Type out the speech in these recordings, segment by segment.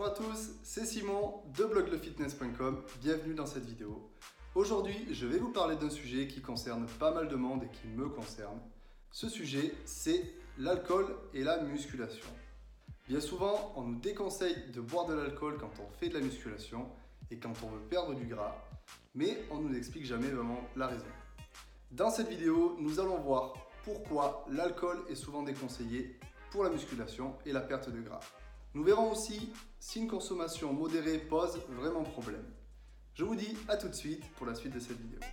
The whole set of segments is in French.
Bonjour à tous, c'est Simon de bloglefitness.com, bienvenue dans cette vidéo. Aujourd'hui, je vais vous parler d'un sujet qui concerne pas mal de monde et qui me concerne. Ce sujet, c'est l'alcool et la musculation. Bien souvent, on nous déconseille de boire de l'alcool quand on fait de la musculation et quand on veut perdre du gras, mais on ne nous explique jamais vraiment la raison. Dans cette vidéo, nous allons voir pourquoi l'alcool est souvent déconseillé pour la musculation et la perte de gras. Nous verrons aussi si une consommation modérée pose vraiment problème. Je vous dis à tout de suite pour la suite de cette vidéo.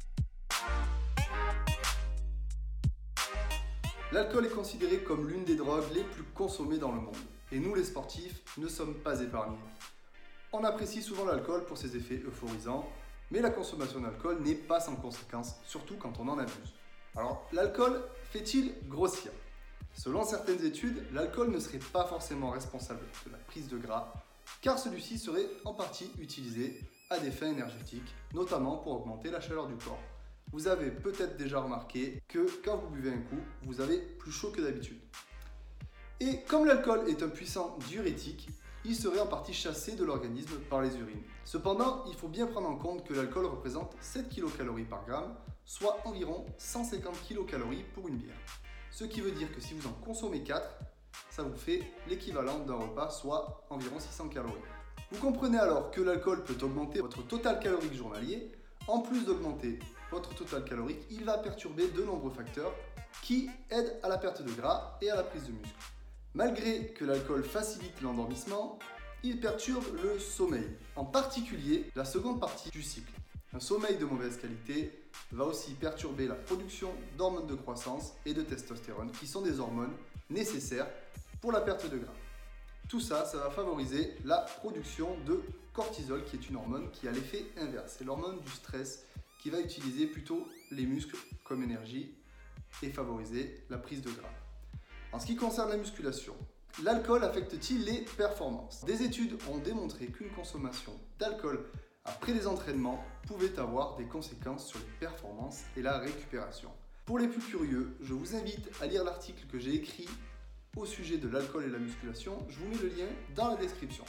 L'alcool est considéré comme l'une des drogues les plus consommées dans le monde. Et nous les sportifs ne sommes pas épargnés. On apprécie souvent l'alcool pour ses effets euphorisants, mais la consommation d'alcool n'est pas sans conséquences, surtout quand on en abuse. Alors, l'alcool fait-il grossir ? Selon certaines études, l'alcool ne serait pas forcément responsable de la prise de gras, car celui-ci serait en partie utilisé à des fins énergétiques, notamment pour augmenter la chaleur du corps. Vous avez peut-être déjà remarqué que quand vous buvez un coup, vous avez plus chaud que d'habitude. Et comme l'alcool est un puissant diurétique, il serait en partie chassé de l'organisme par les urines. Cependant, il faut bien prendre en compte que l'alcool représente 7 kcal par gramme, soit environ 150 kcal pour une bière. Ce qui veut dire que si vous en consommez 4, ça vous fait l'équivalent d'un repas, soit environ 600 calories. Vous comprenez alors que l'alcool peut augmenter votre total calorique journalier. En plus d'augmenter votre total calorique, il va perturber de nombreux facteurs qui aident à la perte de gras et à la prise de muscle. Malgré que l'alcool facilite l'endormissement, il perturbe le sommeil, en particulier la seconde partie du cycle. Un sommeil de mauvaise qualité va aussi perturber la production d'hormones de croissance et de testostérone, qui sont des hormones nécessaires pour la perte de gras. Tout ça, ça va favoriser la production de cortisol, qui est une hormone qui a l'effet inverse. C'est l'hormone du stress qui va utiliser plutôt les muscles comme énergie et favoriser la prise de gras. En ce qui concerne la musculation, l'alcool affecte-t-il les performances ? Des études ont démontré qu'une consommation d'alcool après les entraînements pouvait avoir des conséquences sur les performances et la récupération. Pour les plus curieux, je vous invite à lire l'article que j'ai écrit au sujet de l'alcool et la musculation. Je vous mets le lien dans la description.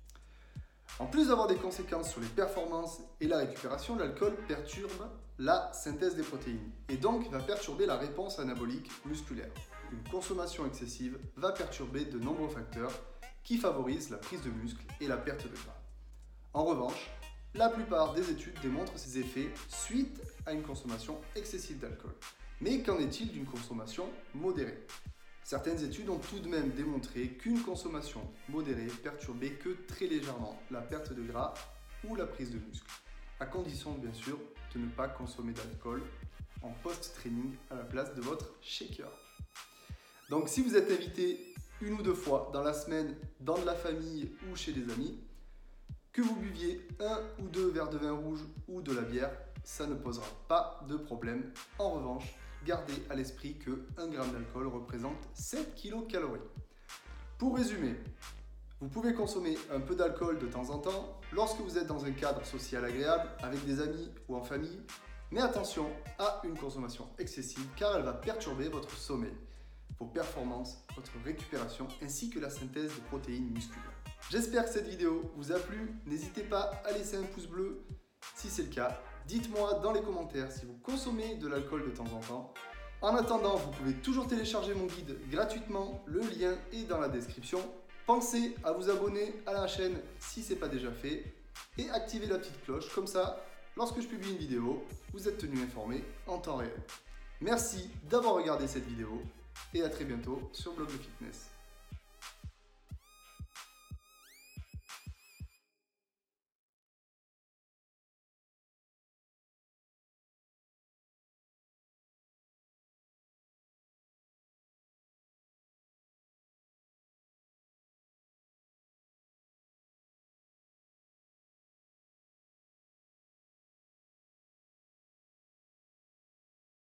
En plus d'avoir des conséquences sur les performances et la récupération, l'alcool perturbe la synthèse des protéines et donc va perturber la réponse anabolique musculaire. Une consommation excessive va perturber de nombreux facteurs qui favorisent la prise de muscle et la perte de gras. En revanche, la plupart des études démontrent ces effets suite à une consommation excessive d'alcool. Mais qu'en est-il d'une consommation modérée ? Certaines études ont tout de même démontré qu'une consommation modérée perturbait que très légèrement la perte de gras ou la prise de muscle, à condition bien sûr de ne pas consommer d'alcool en post-training à la place de votre shaker. Donc si vous êtes invité une ou deux fois dans la semaine dans de la famille ou chez des amis, que vous buviez un ou deux verres de vin rouge ou de la bière, ça ne posera pas de problème. En revanche, gardez à l'esprit que 1 g d'alcool représente 7 kcal. Pour résumer, vous pouvez consommer un peu d'alcool de temps en temps lorsque vous êtes dans un cadre social agréable, avec des amis ou en famille, mais attention à une consommation excessive car elle va perturber votre sommeil, vos performances, votre récupération ainsi que la synthèse de protéines musculaires. J'espère que cette vidéo vous a plu. N'hésitez pas à laisser un pouce bleu si c'est le cas. Dites-moi dans les commentaires si vous consommez de l'alcool de temps en temps. En attendant, vous pouvez toujours télécharger mon guide gratuitement. Le lien est dans la description. Pensez à vous abonner à la chaîne si ce n'est pas déjà fait et activez la petite cloche. Comme ça, lorsque je publie une vidéo, vous êtes tenu informé en temps réel. Merci d'avoir regardé cette vidéo et à très bientôt sur Blog le Fitness.